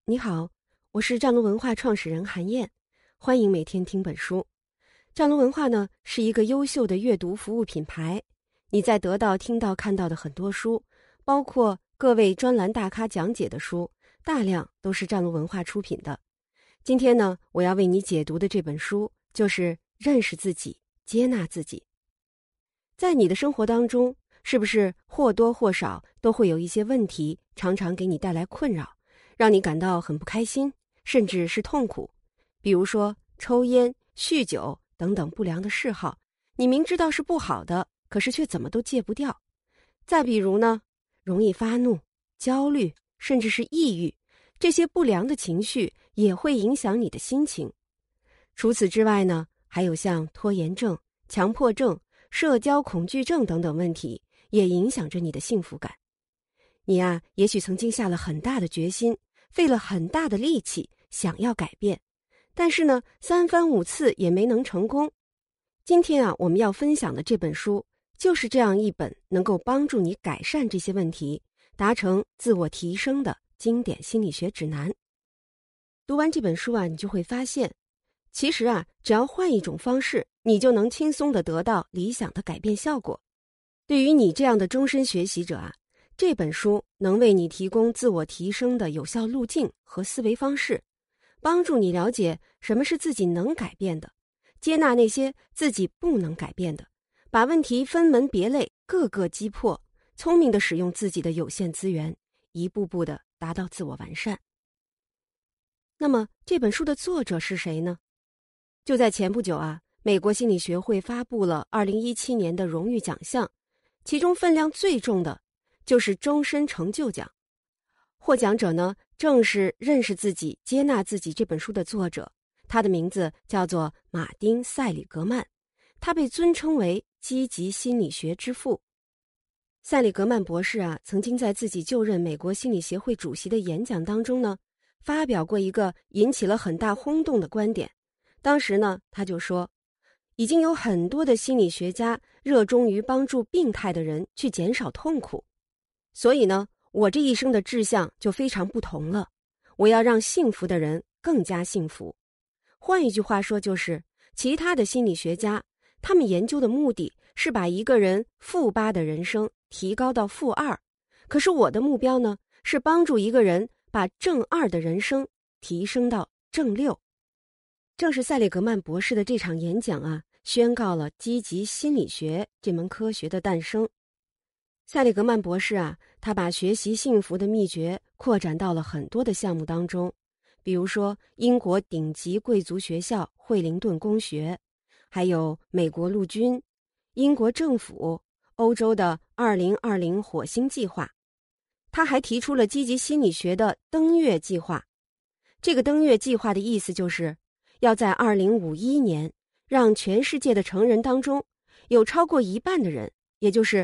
你好，我是战龙文化创始人韩燕，欢迎每天听本书。战龙文化呢是一个优秀的阅读服务品牌，你在得到、听到、看到的很多书，包括各位专栏大咖讲解的书，大量都是战龙文化出品的。今天呢，我要为你解读的这本书就是《认识自己，接纳自己》。在你的生活当中，是不是或多或少都会有一些问题，常常给你带来困扰，让你感到很不开心，甚至是痛苦？比如说抽烟、酗酒等等不良的嗜好，你明知道是不好的，可是却怎么都戒不掉。再比如呢，容易发怒、焦虑，甚至是抑郁，这些不良的情绪也会影响你的心情。除此之外呢，还有像拖延症、强迫症、社交恐惧症等等问题，也影响着你的幸福感。你啊，也许曾经下了很大的决心，费了很大的力气想要改变，但是呢，三番五次也没能成功。今天啊，我们要分享的这本书，就是这样一本能够帮助你改善这些问题，达成自我提升的经典心理学指南。读完这本书啊，你就会发现，其实啊，只要换一种方式，你就能轻松地得到理想的改变效果。对于你这样的终身学习者啊，这本书能为你提供自我提升的有效路径和思维方式，帮助你了解什么是自己能改变的，接纳那些自己不能改变的，把问题分门别类，各个击破，聪明地使用自己的有限资源，一步步地达到自我完善。那么这本书的作者是谁呢？就在前不久啊，美国心理学会发布了2017年的荣誉奖项，其中分量最重的就是终身成就奖。获奖者呢，正是《认识自己，接纳自己》这本书的作者，他的名字叫做马丁·塞里格曼，他被尊称为积极心理学之父。塞里格曼博士啊，曾经在自己就任美国心理协会主席的演讲当中呢，发表过一个引起了很大轰动的观点。当时呢，他就说，已经有很多的心理学家热衷于帮助病态的人去减少痛苦，所以呢，我这一生的志向就非常不同了，我要让幸福的人更加幸福。换一句话说，就是其他的心理学家，他们研究的目的是把一个人-8的人生提高到-2，可是我的目标呢，是帮助一个人把-2的人生提升到-6。正是塞里格曼博士的这场演讲啊，宣告了积极心理学这门科学的诞生。塞里格曼博士啊，他把学习幸福的秘诀扩展到了很多的项目当中，比如说英国顶级贵族学校惠灵顿公学，还有美国陆军、英国政府、欧洲的2020火星计划。他还提出了积极心理学的登月计划。这个登月计划的意思就是要在2051年，让全世界的成人当中有超过一半的人，也就是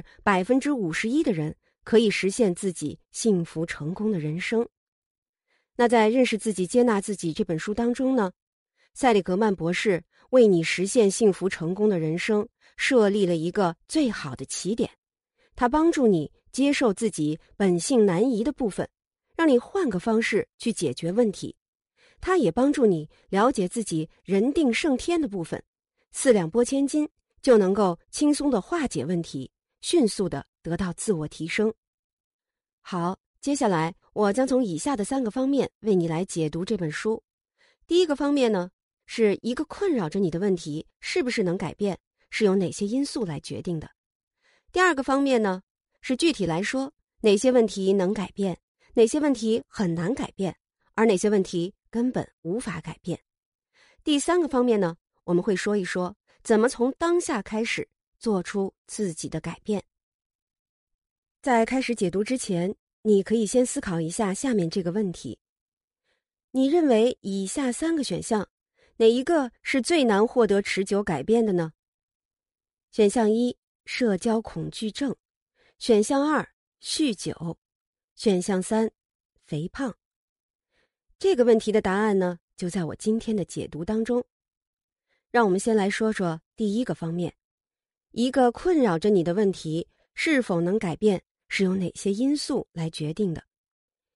51%的人，可以实现自己幸福成功的人生。那在《认识自己，接纳自己》这本书当中呢，塞里格曼博士为你实现幸福成功的人生设立了一个最好的起点。他帮助你接受自己本性难移的部分，让你换个方式去解决问题。他也帮助你了解自己人定胜天的部分，4两拨千斤，就能够轻松地化解问题，迅速地得到自我提升。好，接下来我将从以下的3个方面为你来解读这本书。第一个方面呢，是一个困扰着你的问题是不是能改变，是由哪些因素来决定的。第二个方面呢，是具体来说，哪些问题能改变，哪些问题很难改变，而哪些问题根本无法改变。第3个方面呢，我们会说一说怎么从当下开始做出自己的改变。在开始解读之前，你可以先思考一下下面这个问题：你认为以下3个选项，哪一个是最难获得持久改变的呢？选项1，社交恐惧症；选项2，酗酒；选项3，肥胖。这个问题的答案呢，就在我今天的解读当中。让我们先来说说第一个方面，一个困扰着你的问题是否能改变，是由哪些因素来决定的。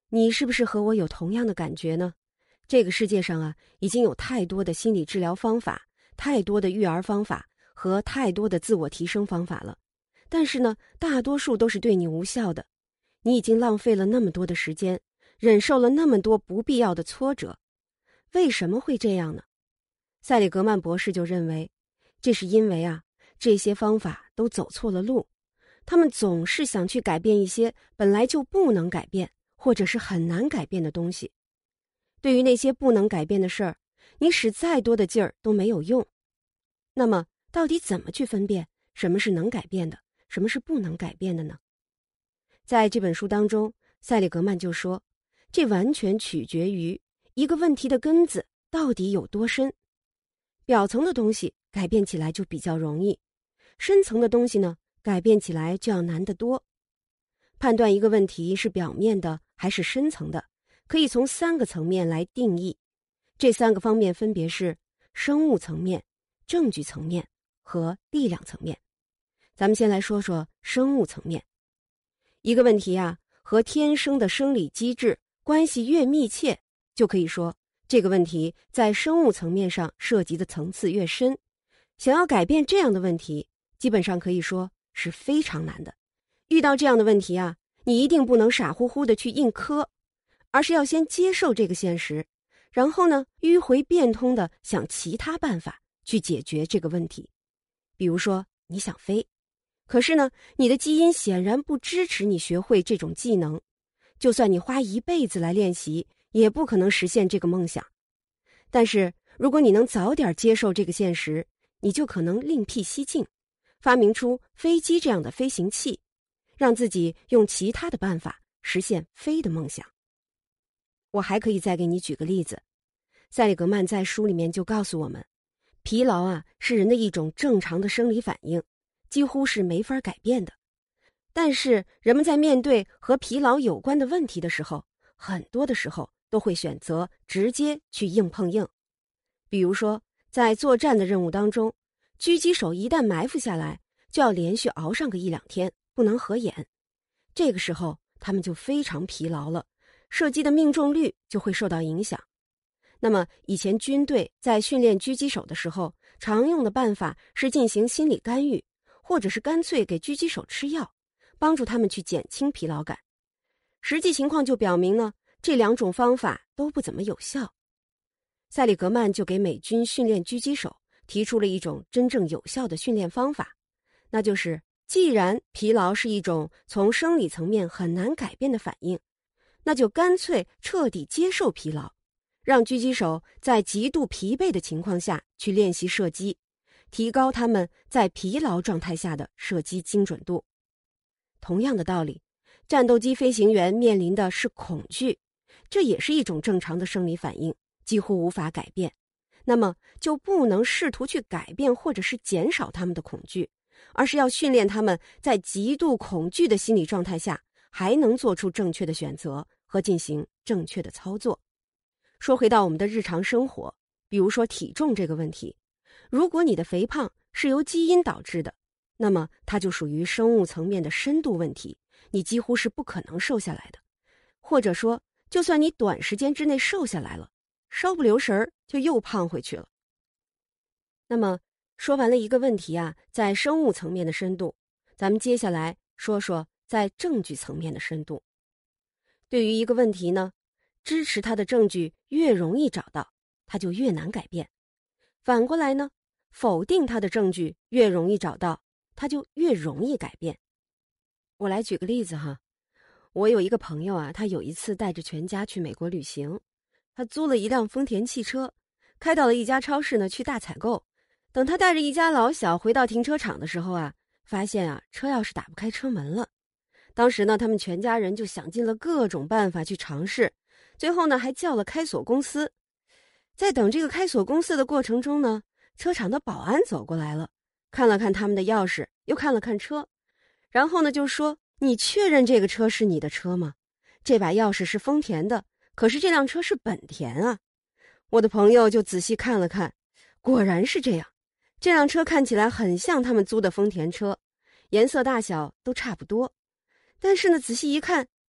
你是不是和我有同样的感觉呢？这个世界上啊，已经有太多的心理治疗方法，太多的育儿方法和太多的自我提升方法了。但是呢，大多数都是对你无效的。你已经浪费了那么多的时间，忍受了那么多不必要的挫折。为什么会这样呢？塞里格曼博士就认为，这是因为啊，这些方法都走错了路。他们总是想去改变一些本来就不能改变，或者是很难改变的东西。对于那些不能改变的事儿，你使再多的劲儿都没有用。那么，到底怎么去分辨什么是能改变的，什么是不能改变的呢？在这本书当中，塞里格曼就说，这完全取决于一个问题的根子到底有多深。表层的东西改变起来就比较容易，深层的东西呢，改变起来就要难得多。判断一个问题是表面的还是深层的，可以从3个层面来定义。这3个方面分别是生物层面、证据层面和力量层面。咱们先来说说生物层面。一个问题啊，和天生的生理机制关系越密切，就可以说这个问题在生物层面上涉及的层次越深。想要改变这样的问题，基本上可以说是非常难的。遇到这样的问题啊，你一定不能傻乎乎的去硬磕，而是要先接受这个现实，然后呢，迂回变通的想其他办法去解决这个问题。比如说，你想飞，可是呢，你的基因显然不支持你学会这种技能，就算你花一辈子来练习，也不可能实现这个梦想。但是，如果你能早点接受这个现实，你就可能另辟蹊径，发明出飞机这样的飞行器，让自己用其他的办法实现飞的梦想。我还可以再给你举个例子，塞里格曼在书里面就告诉我们，疲劳啊是人的一种正常的生理反应，几乎是没法改变的。但是人们在面对和疲劳有关的问题的时候，很多的时候都会选择直接去硬碰硬。比如说，在作战的任务当中，狙击手一旦埋伏下来，就要连续熬上个1-2天，不能合眼。这个时候他们就非常疲劳了，射击的命中率就会受到影响。那么以前军队在训练狙击手的时候，常用的办法是进行心理干预，或者是干脆给狙击手吃药，帮助他们去减轻疲劳感。实际情况就表明呢，这2种方法都不怎么有效。塞里格曼就给美军训练狙击手提出了一种真正有效的训练方法，那就是既然疲劳是一种从生理层面很难改变的反应，那就干脆彻底接受疲劳，让狙击手在极度疲惫的情况下去练习射击，提高他们在疲劳状态下的射击精准度。同样的道理，战斗机飞行员面临的是恐惧，这也是一种正常的生理反应，几乎无法改变。那么就不能试图去改变或者是减少他们的恐惧，而是要训练他们在极度恐惧的心理状态下，还能做出正确的选择和进行正确的操作。说回到我们的日常生活，比如说体重这个问题，如果你的肥胖是由基因导致的，那么它就属于生物层面的深度问题，你几乎是不可能瘦下来的。或者说，就算你短时间之内瘦下来了，稍不留神就又胖回去了。那么说完了一个问题啊，在生物层面的深度，咱们接下来说说在证据层面的深度。对于一个问题呢，支持它的证据越容易找到，它就越难改变。反过来呢，否定它的证据越容易找到，它就越容易改变。我来举个例子哈，我有一个朋友啊，他有一次带着全家去美国旅行，他租了一辆丰田汽车，开到了一家超市呢去大采购。等他带着一家老小回到停车场的时候啊，发现啊车钥匙打不开车门了。当时呢，他们全家人就想尽了各种办法去尝试，最后呢还叫了开锁公司。在等这个开锁公司的过程中呢，车厂的保安走过来了，看了看他们的钥匙，又看了看车，然后呢就说，你确认这个车是你的车吗？这把钥匙是丰田的，可是这辆车是本田啊。我的朋友就仔细看了看，果然是这样，这辆车看起来很像他们租的丰田车，颜色大小都差不多。但是呢，仔细一看，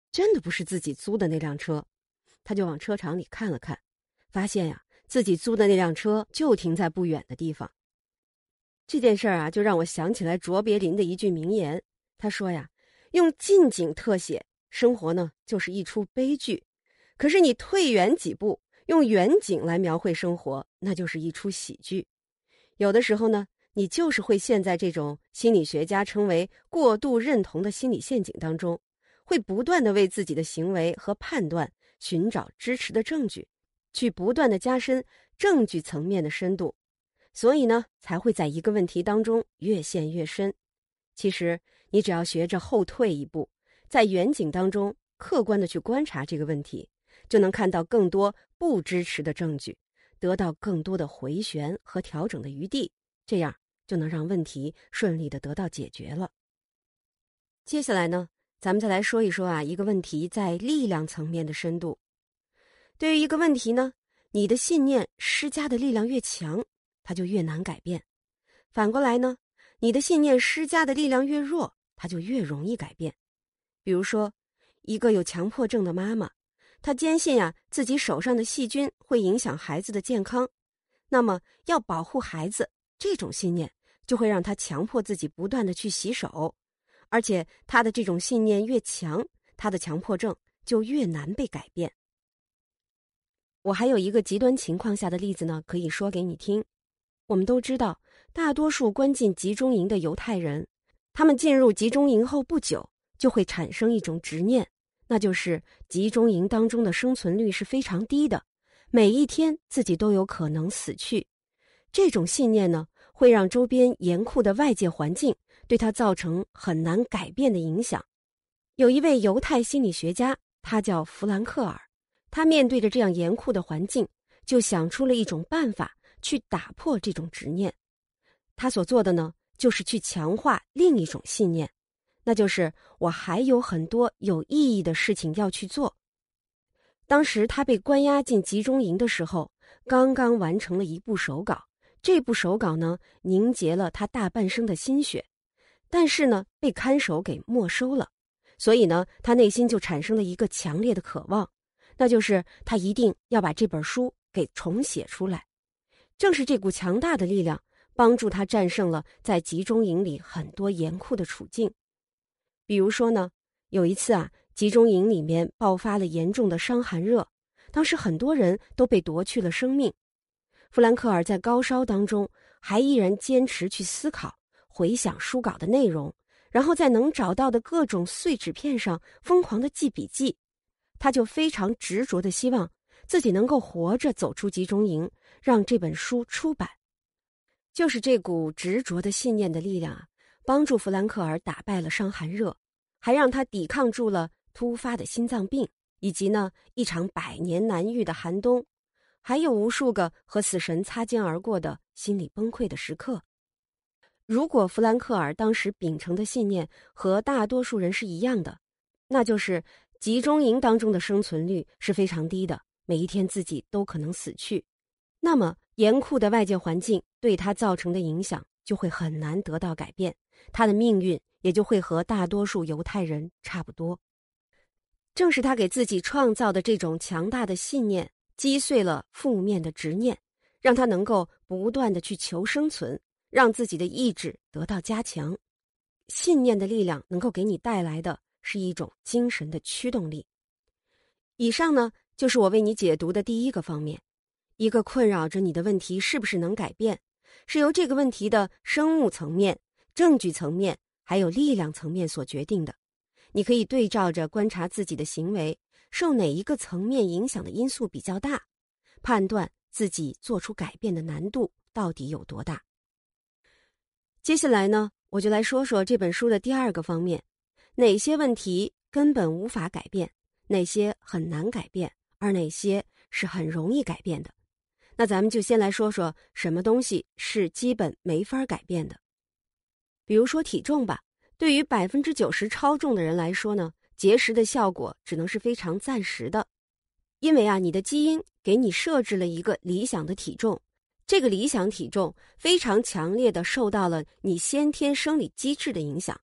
真的不是自己租的那辆车。他就往车场里看了看，发现呀，自己租的那辆车就停在不远的地方。这件事就让我想起来卓别林的一句名言，他说呀，用近景特写，生活呢就是一出悲剧；可是你退远几步，用远景来描绘生活，那就是一出喜剧。有的时候呢，你就是会陷在这种心理学家称为过度认同的心理陷阱当中，会不断地为自己的行为和判断寻找支持的证据，去不断地加深证据层面的深度，所以呢，才会在一个问题当中越陷越深。其实你只要学着后退一步，在远景当中客观地去观察这个问题，就能看到更多不支持的证据，得到更多的回旋和调整的余地，这样就能让问题顺利地得到解决了。接下来呢，咱们再来说一说一个问题在力量层面的深度。对于一个问题呢，你的信念施加的力量越强，它就越难改变。反过来呢，你的信念施加的力量越弱，它就越容易改变。比如说，一个有强迫症的妈妈，她坚信自己手上的细菌会影响孩子的健康，那么要保护孩子，这种信念就会让她强迫自己不断地去洗手，而且她的这种信念越强，她的强迫症就越难被改变。我还有一个极端情况下的例子呢，可以说给你听。我们都知道，大多数关进集中营的犹太人，他们进入集中营后不久，就会产生一种执念，那就是集中营当中的生存率是非常低的，每一天自己都有可能死去。这种信念呢，会让周边严酷的外界环境对他造成很难改变的影响。有一位犹太心理学家，他叫弗兰克尔，他面对着这样严酷的环境，就想出了一种办法去打破这种执念。他所做的呢，就是去强化另一种信念，那就是我还有很多有意义的事情要去做。当时他被关押进集中营的时候，刚刚完成了一部手稿，这部手稿呢，凝结了他大半生的心血，但是呢，被看守给没收了，所以呢，他内心就产生了一个强烈的渴望，那就是他一定要把这本书给重写出来。正是这股强大的力量，帮助他战胜了在集中营里很多严酷的处境。比如说呢，有一次集中营里面爆发了严重的伤寒热，当时很多人都被夺去了生命。弗兰克尔在高烧当中还依然坚持去思考，回想书稿的内容，然后在能找到的各种碎纸片上疯狂地记笔记。他就非常执着地希望自己能够活着走出集中营，让这本书出版。就是这股执着的信念的力量帮助弗兰克尔打败了伤寒热，还让他抵抗住了突发的心脏病，以及呢一场百年难遇的寒冬，还有无数个和死神擦肩而过的心理崩溃的时刻。如果弗兰克尔当时秉承的信念和大多数人是一样的，那就是集中营当中的生存率是非常低的，每一天自己都可能死去，那么严酷的外界环境对他造成的影响就会很难得到改变，他的命运也就会和大多数犹太人差不多。正是他给自己创造的这种强大的信念，击碎了负面的执念，让他能够不断地去求生存，让自己的意志得到加强。信念的力量能够给你带来的是一种精神的驱动力。以上呢，就是我为你解读的第一个方面。一个困扰着你的问题是不是能改变，是由这个问题的生物层面、证据层面还有力量层面所决定的。你可以对照着观察自己的行为，受哪一个层面影响的因素比较大，判断自己做出改变的难度到底有多大。接下来呢，我就来说说这本书的第二个方面，哪些问题根本无法改变，哪些很难改变，而哪些是很容易改变的。那咱们就先来说说什么东西是基本没法改变的。比如说体重吧，对于90%超重的人来说呢，节食的效果只能是非常暂时的。因为你的基因给你设置了一个理想的体重，这个理想体重非常强烈的受到了你先天生理机制的影响。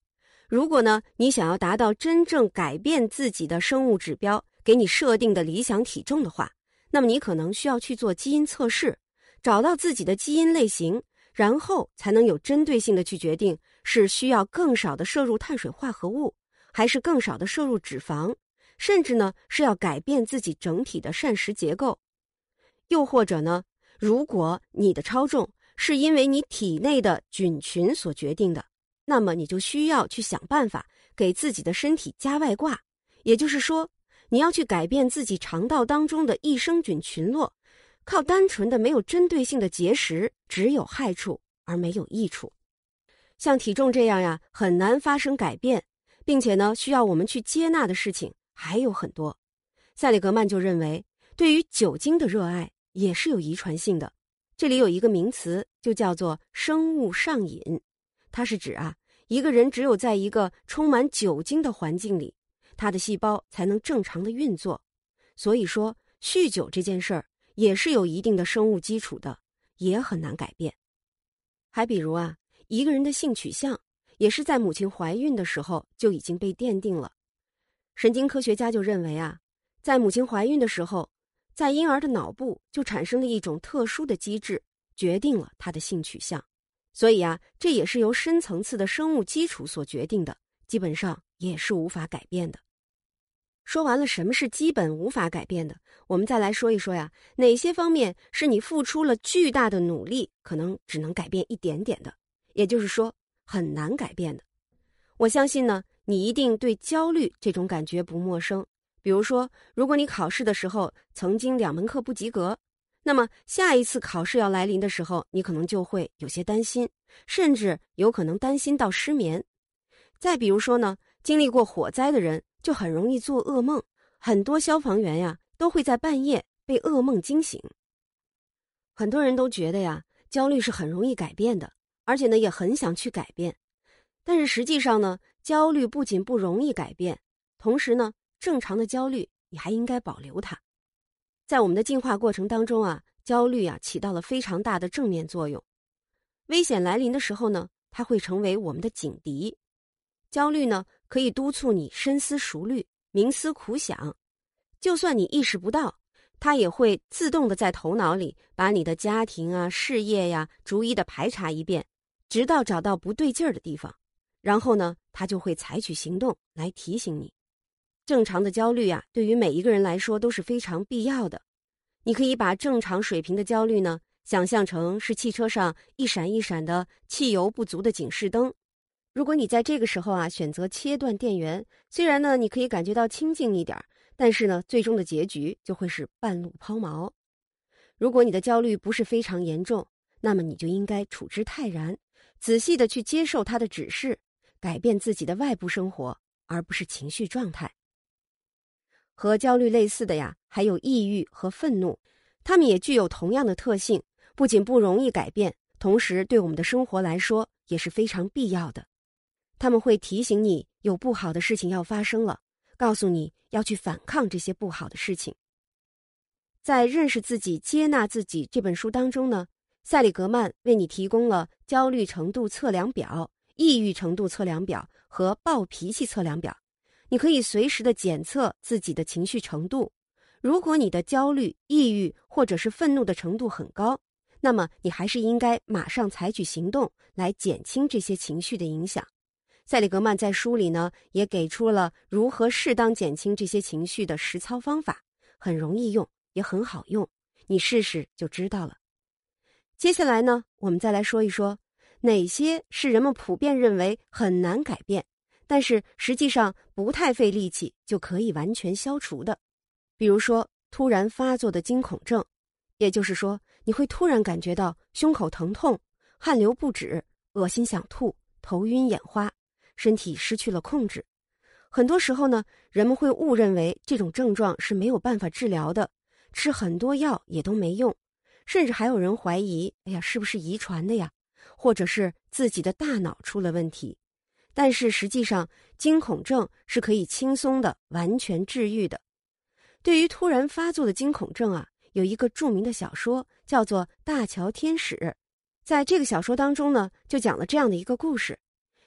如果呢，你想要达到真正改变自己的生物指标，给你设定的理想体重的话，那么你可能需要去做基因测试，找到自己的基因类型，然后才能有针对性的去决定是需要更少的摄入碳水化合物，还是更少的摄入脂肪，甚至呢是要改变自己整体的膳食结构。又或者呢，如果你的超重是因为你体内的菌群所决定的，那么你就需要去想办法给自己的身体加外挂，也就是说，你要去改变自己肠道当中的益生菌群落，靠单纯的没有针对性的节食，只有害处而没有益处。像体重这样呀，很难发生改变，并且呢，需要我们去接纳的事情还有很多。塞里格曼就认为，对于酒精的热爱也是有遗传性的。这里有一个名词，就叫做生物上瘾。它是指一个人只有在一个充满酒精的环境里，他的细胞才能正常的运作。所以说，酗酒这件事儿也是有一定的生物基础的，也很难改变。还比如一个人的性取向也是在母亲怀孕的时候就已经被奠定了。神经科学家就认为在母亲怀孕的时候，在婴儿的脑部就产生了一种特殊的机制，决定了他的性取向。所以这也是由深层次的生物基础所决定的，基本上也是无法改变的。说完了什么是基本无法改变的，我们再来说一说哪些方面是你付出了巨大的努力，可能只能改变一点点的，也就是说很难改变的。我相信呢，你一定对焦虑这种感觉不陌生。比如说，如果你考试的时候曾经2门课不及格，那么下一次考试要来临的时候，你可能就会有些担心，甚至有可能担心到失眠。再比如说呢，经历过火灾的人就很容易做噩梦，很多消防员都会在半夜被噩梦惊醒。很多人都觉得焦虑是很容易改变的，而且呢也很想去改变。但是实际上呢，焦虑不仅不容易改变，同时呢，正常的焦虑你还应该保留它。在我们的进化过程当中焦虑起到了非常大的正面作用。危险来临的时候呢，它会成为我们的警笛。焦虑呢，可以督促你深思熟虑，冥思苦想。就算你意识不到，它也会自动的在头脑里把你的家庭事业逐一的排查一遍，直到找到不对劲儿的地方。然后呢，它就会采取行动来提醒你。正常的焦虑对于每一个人来说都是非常必要的。你可以把正常水平的焦虑呢，想象成是汽车上一闪一闪的汽油不足的警示灯。如果你在这个时候选择切断电源，虽然呢你可以感觉到清静一点，但是呢最终的结局就会是半路抛锚。如果你的焦虑不是非常严重，那么你就应该处之泰然，仔细的去接受它的指示，改变自己的外部生活，而不是情绪状态。和焦虑类似的还有抑郁和愤怒，它们也具有同样的特性，不仅不容易改变，同时对我们的生活来说也是非常必要的。它们会提醒你有不好的事情要发生了，告诉你要去反抗这些不好的事情。在《认识自己、接纳自己》这本书当中呢，塞里格曼为你提供了焦虑程度测量表、抑郁程度测量表和暴脾气测量表。你可以随时的检测自己的情绪程度。如果你的焦虑、抑郁或者是愤怒的程度很高，那么你还是应该马上采取行动来减轻这些情绪的影响。塞里格曼在书里呢，也给出了如何适当减轻这些情绪的实操方法，很容易用，也很好用，你试试就知道了。接下来呢，我们再来说一说哪些是人们普遍认为很难改变，但是实际上不太费力气就可以完全消除的。比如说突然发作的惊恐症，也就是说你会突然感觉到胸口疼痛、汗流不止、恶心想吐、头晕眼花，身体失去了控制。很多时候呢，人们会误认为这种症状是没有办法治疗的，吃很多药也都没用，甚至还有人怀疑是不是遗传的呀，或者是自己的大脑出了问题。但是实际上，惊恐症是可以轻松的完全治愈的。对于突然发作的惊恐症有一个著名的小说叫做《大乔天使》。在这个小说当中呢，就讲了这样的一个故事。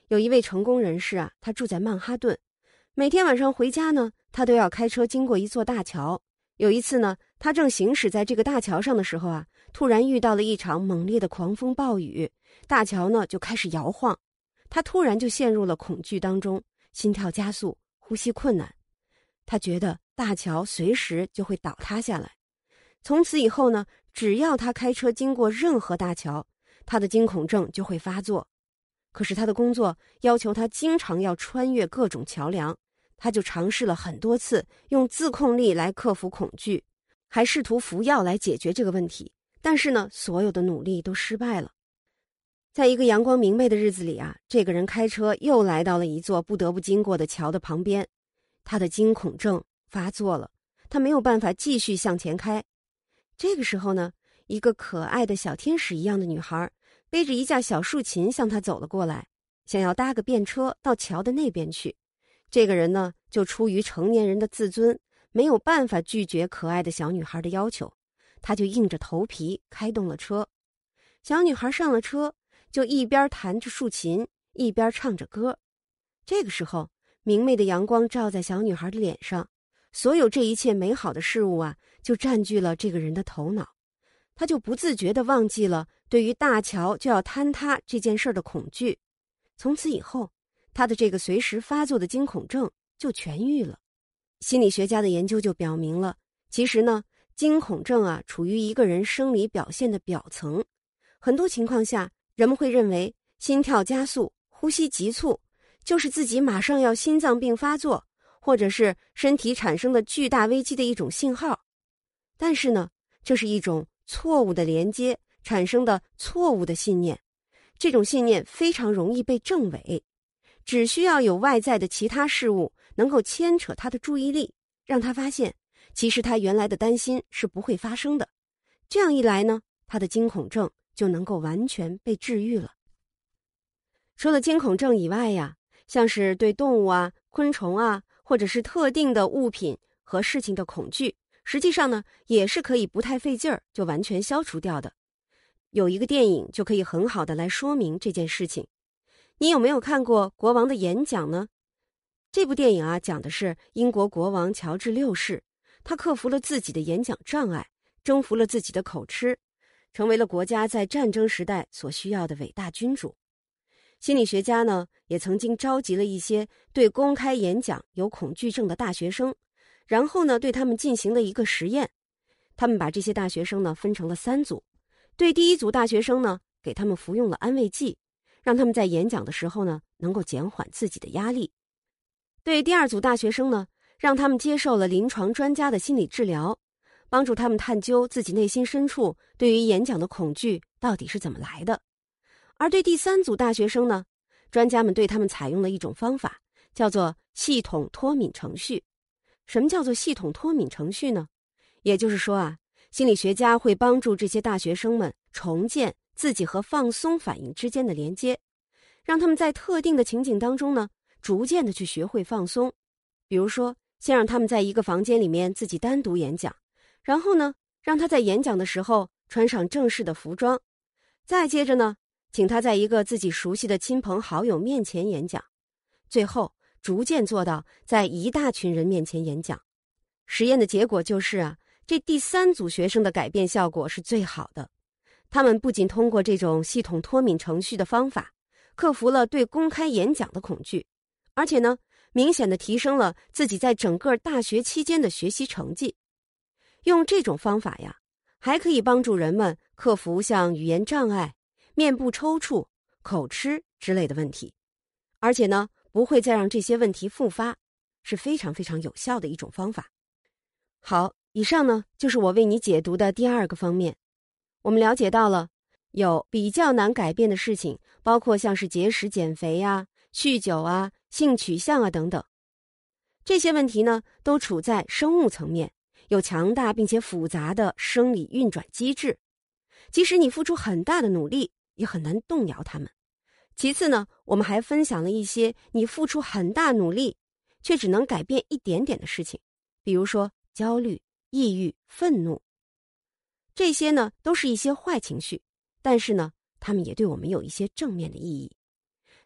有一位成功人士啊，他住在曼哈顿，每天晚上回家呢，他都要开车经过一座大桥。有一次呢，他正行驶在这个大桥上的时候啊，突然遇到了一场猛烈的狂风暴雨，大桥呢就开始摇晃，他突然就陷入了恐惧当中，心跳加速，呼吸困难。他觉得大桥随时就会倒塌下来。从此以后呢，只要他开车经过任何大桥，他的惊恐症就会发作。可是他的工作要求他经常要穿越各种桥梁，他就尝试了很多次用自控力来克服恐惧，还试图服药来解决这个问题，但是呢，所有的努力都失败了。在一个阳光明媚的日子里啊，这个人开车又来到了一座不得不经过的桥的旁边，他的惊恐症发作了，他没有办法继续向前开。这个时候呢，一个可爱的小天使一样的女孩背着一架小竖琴向他走了过来，想要搭个便车到桥的那边去。这个人呢，就出于成年人的自尊，没有办法拒绝可爱的小女孩的要求，他就硬着头皮开动了车。小女孩上了车，就一边弹着竖琴，一边唱着歌。这个时候，明媚的阳光照在小女孩的脸上，所有这一切美好的事物啊，就占据了这个人的头脑。他就不自觉地忘记了对于大桥就要坍塌这件事的恐惧。从此以后，他的这个随时发作的惊恐症就痊愈了。心理学家的研究就表明了，其实呢，惊恐症啊，处于一个人生理表现的表层。很多情况下，人们会认为心跳加速、呼吸急促，就是自己马上要心脏病发作，或者是身体产生的巨大危机的一种信号。但是呢，这是一种错误的连接产生的错误的信念，这种信念非常容易被证伪，只需要有外在的其他事物能够牵扯他的注意力，让他发现其实他原来的担心是不会发生的。这样一来呢，他的惊恐症就能够完全被治愈了。除了惊恐症以外呀，像是对动物啊、昆虫啊，或者是特定的物品和事情的恐惧，实际上呢，也是可以不太费劲儿就完全消除掉的。有一个电影就可以很好的来说明这件事情。你有没有看过《国王的演讲》呢？这部电影啊，讲的是英国国王乔治六世，他克服了自己的演讲障碍，征服了自己的口吃，成为了国家在战争时代所需要的伟大君主。心理学家呢，也曾经召集了一些对公开演讲有恐惧症的大学生，然后呢，对他们进行了一个实验。他们把这些大学生呢分成了3组，对第一组大学生呢，给他们服用了安慰剂，让他们在演讲的时候呢，能够减缓自己的压力。对第2组大学生呢，让他们接受了临床专家的心理治疗，帮助他们探究自己内心深处对于演讲的恐惧到底是怎么来的。而对第3组大学生呢，专家们对他们采用了一种方法，叫做系统脱敏程序。什么叫做系统脱敏程序呢？也就是说啊，心理学家会帮助这些大学生们重建自己和放松反应之间的连接，让他们在特定的情景当中呢，逐渐的去学会放松。比如说，先让他们在一个房间里面自己单独演讲，然后呢，让他在演讲的时候穿上正式的服装，再接着呢，请他在一个自己熟悉的亲朋好友面前演讲，最后逐渐做到在一大群人面前演讲。实验的结果就是啊，这第3组学生的改变效果是最好的。他们不仅通过这种系统脱敏程序的方法，克服了对公开演讲的恐惧，而且呢，明显的提升了自己在整个大学期间的学习成绩。用这种方法呀，还可以帮助人们克服像语言障碍、面部抽搐、口吃之类的问题，而且呢，不会再让这些问题复发，是非常非常有效的一种方法。好，以上呢，就是我为你解读的第2个方面。我们了解到了，有比较难改变的事情，包括像是节食减肥啊、酗酒啊、性取向啊等等。这些问题呢，都处在生物层面，有强大并且复杂的生理运转机制。即使你付出很大的努力，也很难动摇它们。其次呢，我们还分享了一些你付出很大努力，却只能改变一点点的事情，比如说焦虑、抑郁、愤怒。这些呢，都是一些坏情绪，但是呢，它们也对我们有一些正面的意义。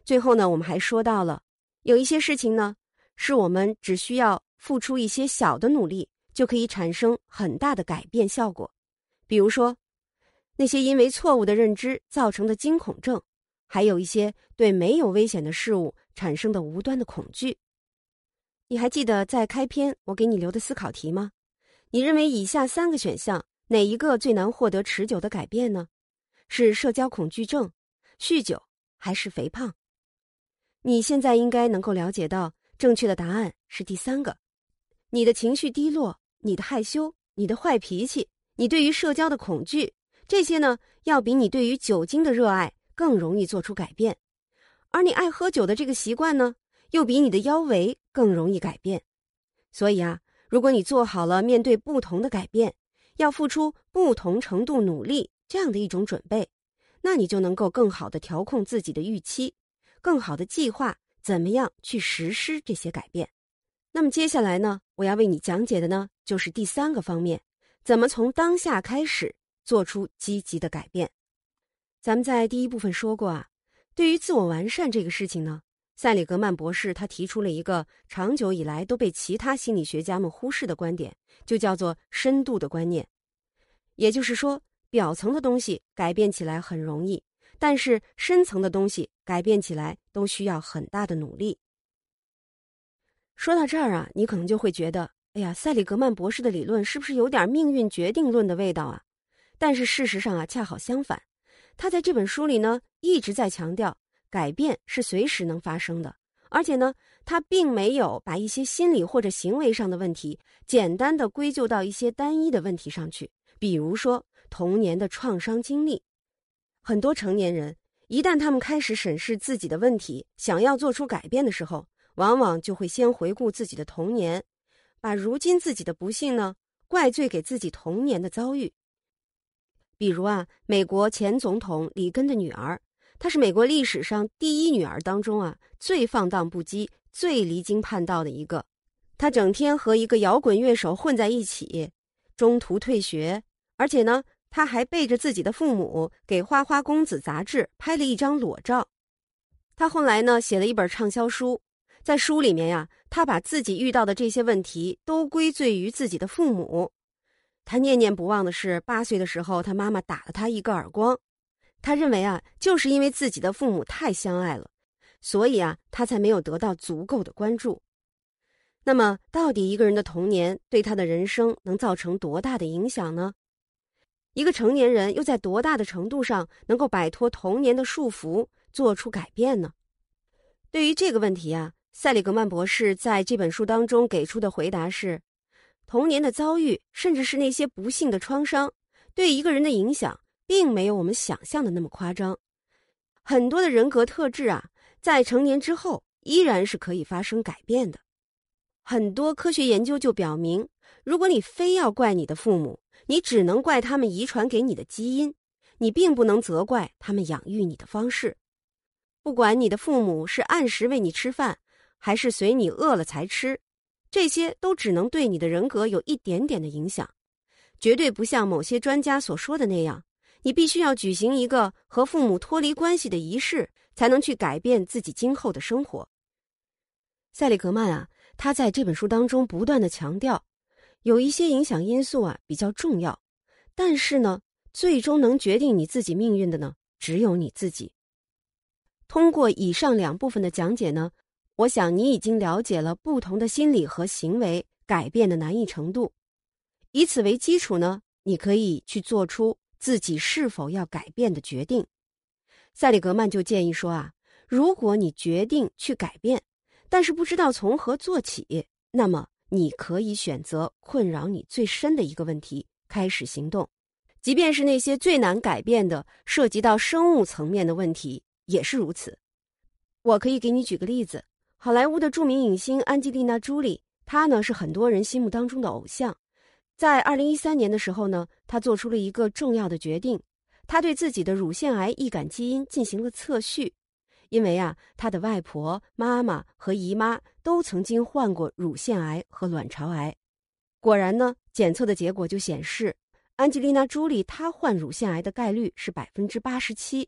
最后呢，我们还说到了，有一些事情呢，是我们只需要付出一些小的努力，就可以产生很大的改变效果。比如说，那些因为错误的认知造成的惊恐症，还有一些对没有危险的事物产生的无端的恐惧。你还记得在开篇我给你留的思考题吗？你认为以下3个选项哪一个最难获得持久的改变呢？是社交恐惧症、酗酒还是肥胖？你现在应该能够了解到，正确的答案是第3个。你的情绪低落，你的害羞，你的坏脾气，你对于社交的恐惧，这些呢，要比你对于酒精的热爱更容易做出改变。而你爱喝酒的这个习惯呢，又比你的腰围更容易改变。所以啊，如果你做好了面对不同的改变，要付出不同程度努力这样的一种准备，那你就能够更好地调控自己的预期，更好地计划怎么样去实施这些改变。那么接下来呢，我要为你讲解的呢，就是第3个方面，怎么从当下开始做出积极的改变。咱们在第1部分说过啊，对于自我完善这个事情呢，塞里格曼博士他提出了一个长久以来都被其他心理学家们忽视的观点，就叫做深度的观念。也就是说，表层的东西改变起来很容易，但是深层的东西改变起来都需要很大的努力。说到这儿啊，你可能就会觉得，哎呀，塞里格曼博士的理论是不是有点命运决定论的味道啊？但是事实上啊，恰好相反。他在这本书里呢，一直在强调改变是随时能发生的，而且呢，他并没有把一些心理或者行为上的问题简单的归咎到一些单一的问题上去，比如说童年的创伤经历。很多成年人一旦他们开始审视自己的问题，想要做出改变的时候，往往就会先回顾自己的童年，把如今自己的不幸呢，怪罪给自己童年的遭遇。比如啊，美国前总统里根的女儿，她是美国历史上第1女儿当中啊，最放荡不羁、最离经叛道的一个。她整天和一个摇滚乐手混在一起，中途退学，而且呢，她还背着自己的父母给《花花公子》杂志拍了一张裸照。她后来呢，写了一本畅销书，在书里面呀，她把自己遇到的这些问题都归罪于自己的父母。他念念不忘的是，8岁的时候，他妈妈打了他一个耳光。他认为啊，就是因为自己的父母太相爱了，所以啊，他才没有得到足够的关注。那么，到底一个人的童年对他的人生能造成多大的影响呢？一个成年人又在多大的程度上能够摆脱童年的束缚，做出改变呢？对于这个问题啊，塞里格曼博士在这本书当中给出的回答是，童年的遭遇，甚至是那些不幸的创伤，对一个人的影响并没有我们想象的那么夸张。很多的人格特质啊，在成年之后依然是可以发生改变的。很多科学研究就表明，如果你非要怪你的父母，你只能怪他们遗传给你的基因，你并不能责怪他们养育你的方式。不管你的父母是按时喂你吃饭，还是随你饿了才吃，这些都只能对你的人格有一点点的影响，绝对不像某些专家所说的那样，你必须要举行一个和父母脱离关系的仪式，才能去改变自己今后的生活。塞里格曼啊，他在这本书当中不断地强调，有一些影响因素啊比较重要，但是呢，最终能决定你自己命运的呢，只有你自己。通过以上2部分的讲解呢，我想你已经了解了不同的心理和行为改变的难易程度。以此为基础呢，你可以去做出自己是否要改变的决定。塞里格曼就建议说啊，如果你决定去改变，但是不知道从何做起，那么你可以选择困扰你最深的一个问题，开始行动。即便是那些最难改变的，涉及到生物层面的问题，也是如此。我可以给你举个例子，好莱坞的著名影星安吉丽娜·朱莉，她呢是很多人心目当中的偶像。在2013年的时候呢，她做出了一个重要的决定，她对自己的乳腺癌易感基因进行了测序。因为啊，她的外婆、妈妈和姨妈都曾经患过乳腺癌和卵巢癌。果然呢，检测的结果就显示，安吉丽娜·朱莉她患乳腺癌的概率是87%，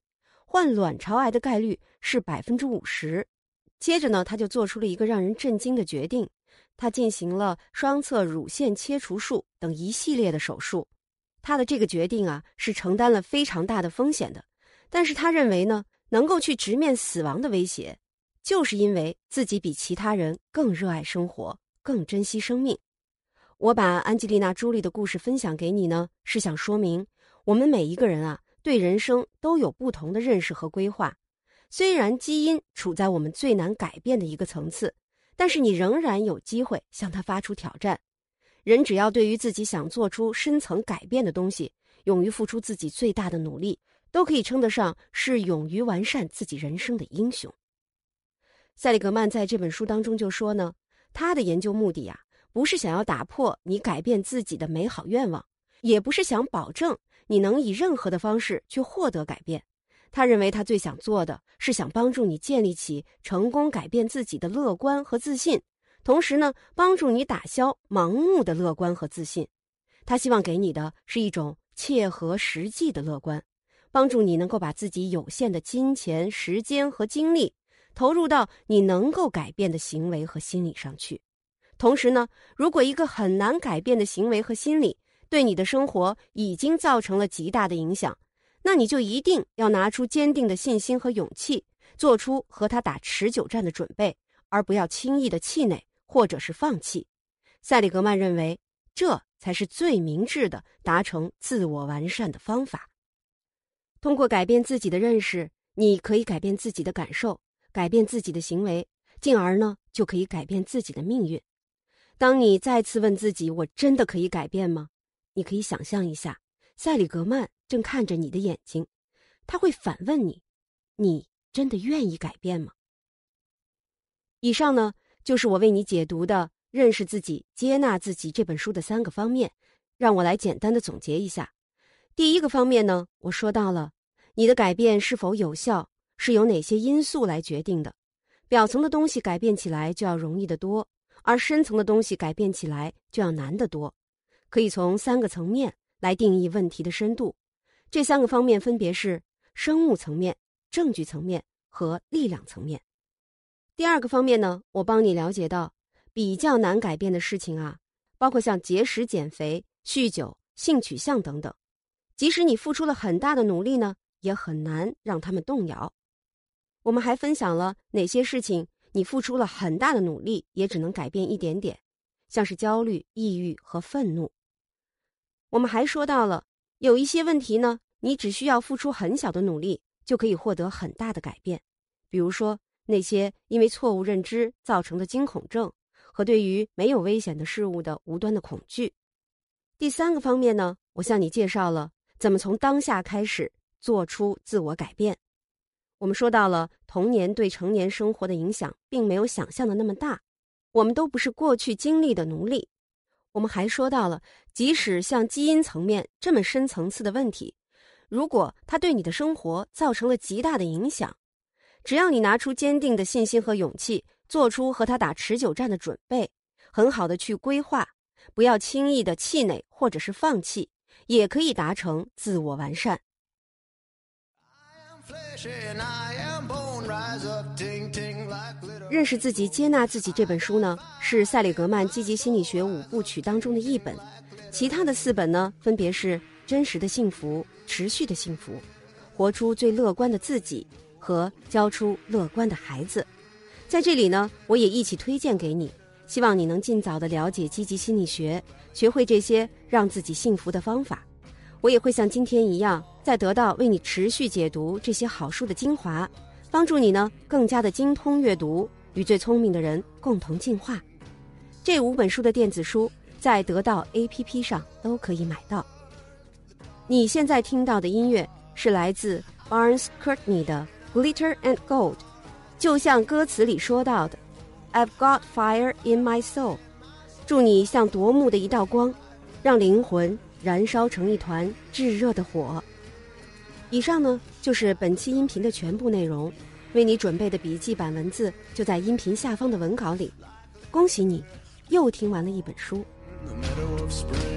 患卵巢癌的概率是50%。接着呢，他就做出了一个让人震惊的决定，他进行了双侧乳腺切除术等一系列的手术。他的这个决定啊，是承担了非常大的风险的，但是他认为呢，能够去直面死亡的威胁，就是因为自己比其他人更热爱生活，更珍惜生命。我把安吉丽娜·朱莉的故事分享给你呢，是想说明我们每一个人啊，对人生都有不同的认识和规划。虽然基因处在我们最难改变的一个层次，但是你仍然有机会向它发出挑战。人只要对于自己想做出深层改变的东西，勇于付出自己最大的努力，都可以称得上是勇于完善自己人生的英雄。塞利格曼在这本书当中就说呢，他的研究目的啊，不是想要打破你改变自己的美好愿望，也不是想保证你能以任何的方式去获得改变。他认为他最想做的是想帮助你建立起成功改变自己的乐观和自信，同时呢，帮助你打消盲目的乐观和自信。他希望给你的是一种切合实际的乐观，帮助你能够把自己有限的金钱、时间和精力投入到你能够改变的行为和心理上去。同时呢，如果一个很难改变的行为和心理对你的生活已经造成了极大的影响，那你就一定要拿出坚定的信心和勇气，做出和他打持久战的准备，而不要轻易的气馁或者是放弃。塞利格曼认为，这才是最明智的达成自我完善的方法。通过改变自己的认识，你可以改变自己的感受，改变自己的行为，进而呢，就可以改变自己的命运。当你再次问自己，我真的可以改变吗？你可以想象一下，塞里格曼正看着你的眼睛，他会反问你，你真的愿意改变吗？以上呢，就是我为你解读的《认识自己、接纳自己》这本书的3个方面，让我来简单的总结一下。第一个方面呢，我说到了你的改变是否有效，是由哪些因素来决定的。表层的东西改变起来就要容易得多，而深层的东西改变起来就要难得多。可以从3个层面来定义问题的深度，这3个方面分别是生物层面、证据层面和力量层面。第二个方面呢，我帮你了解到比较难改变的事情啊，包括像节食、减肥、酗酒、性取向等等，即使你付出了很大的努力呢，也很难让他们动摇。我们还分享了哪些事情你付出了很大的努力也只能改变一点点，像是焦虑、抑郁和愤怒。我们还说到了有一些问题呢，你只需要付出很小的努力就可以获得很大的改变，比如说那些因为错误认知造成的惊恐症和对于没有危险的事物的无端的恐惧。第3个方面呢，我向你介绍了怎么从当下开始做出自我改变。我们说到了童年对成年生活的影响并没有想象的那么大，我们都不是过去经历的奴隶。我们还说到了，即使像基因层面这么深层次的问题，如果它对你的生活造成了极大的影响，只要你拿出坚定的信心和勇气，做出和它打持久战的准备，很好的去规划，不要轻易的气馁或者是放弃，也可以达成自我完善。认识自己、接纳自己这本书呢，是塞里格曼积极心理学5部曲当中的一本，其他的4本呢，分别是真实的幸福、持续的幸福、活出最乐观的自己和教出乐观的孩子。在这里呢，我也一起推荐给你，希望你能尽早的了解积极心理学，学会这些让自己幸福的方法。我也会像今天一样，在得到为你持续解读这些好书的精华，帮助你呢更加的精通阅读，与最聪明的人共同进化。这5本书的电子书在得到 APP 上都可以买到。你现在听到的音乐是来自 Barnes Courtney 的 Glitter and Gold， 就像歌词里说到的 I've got fire in my soul， 祝你像夺目的一道光，让灵魂燃烧成一团炙热的火。以上呢，就是本期音频的全部内容，为你准备的笔记版文字就在音频下方的文稿里。恭喜你，又听完了一本书。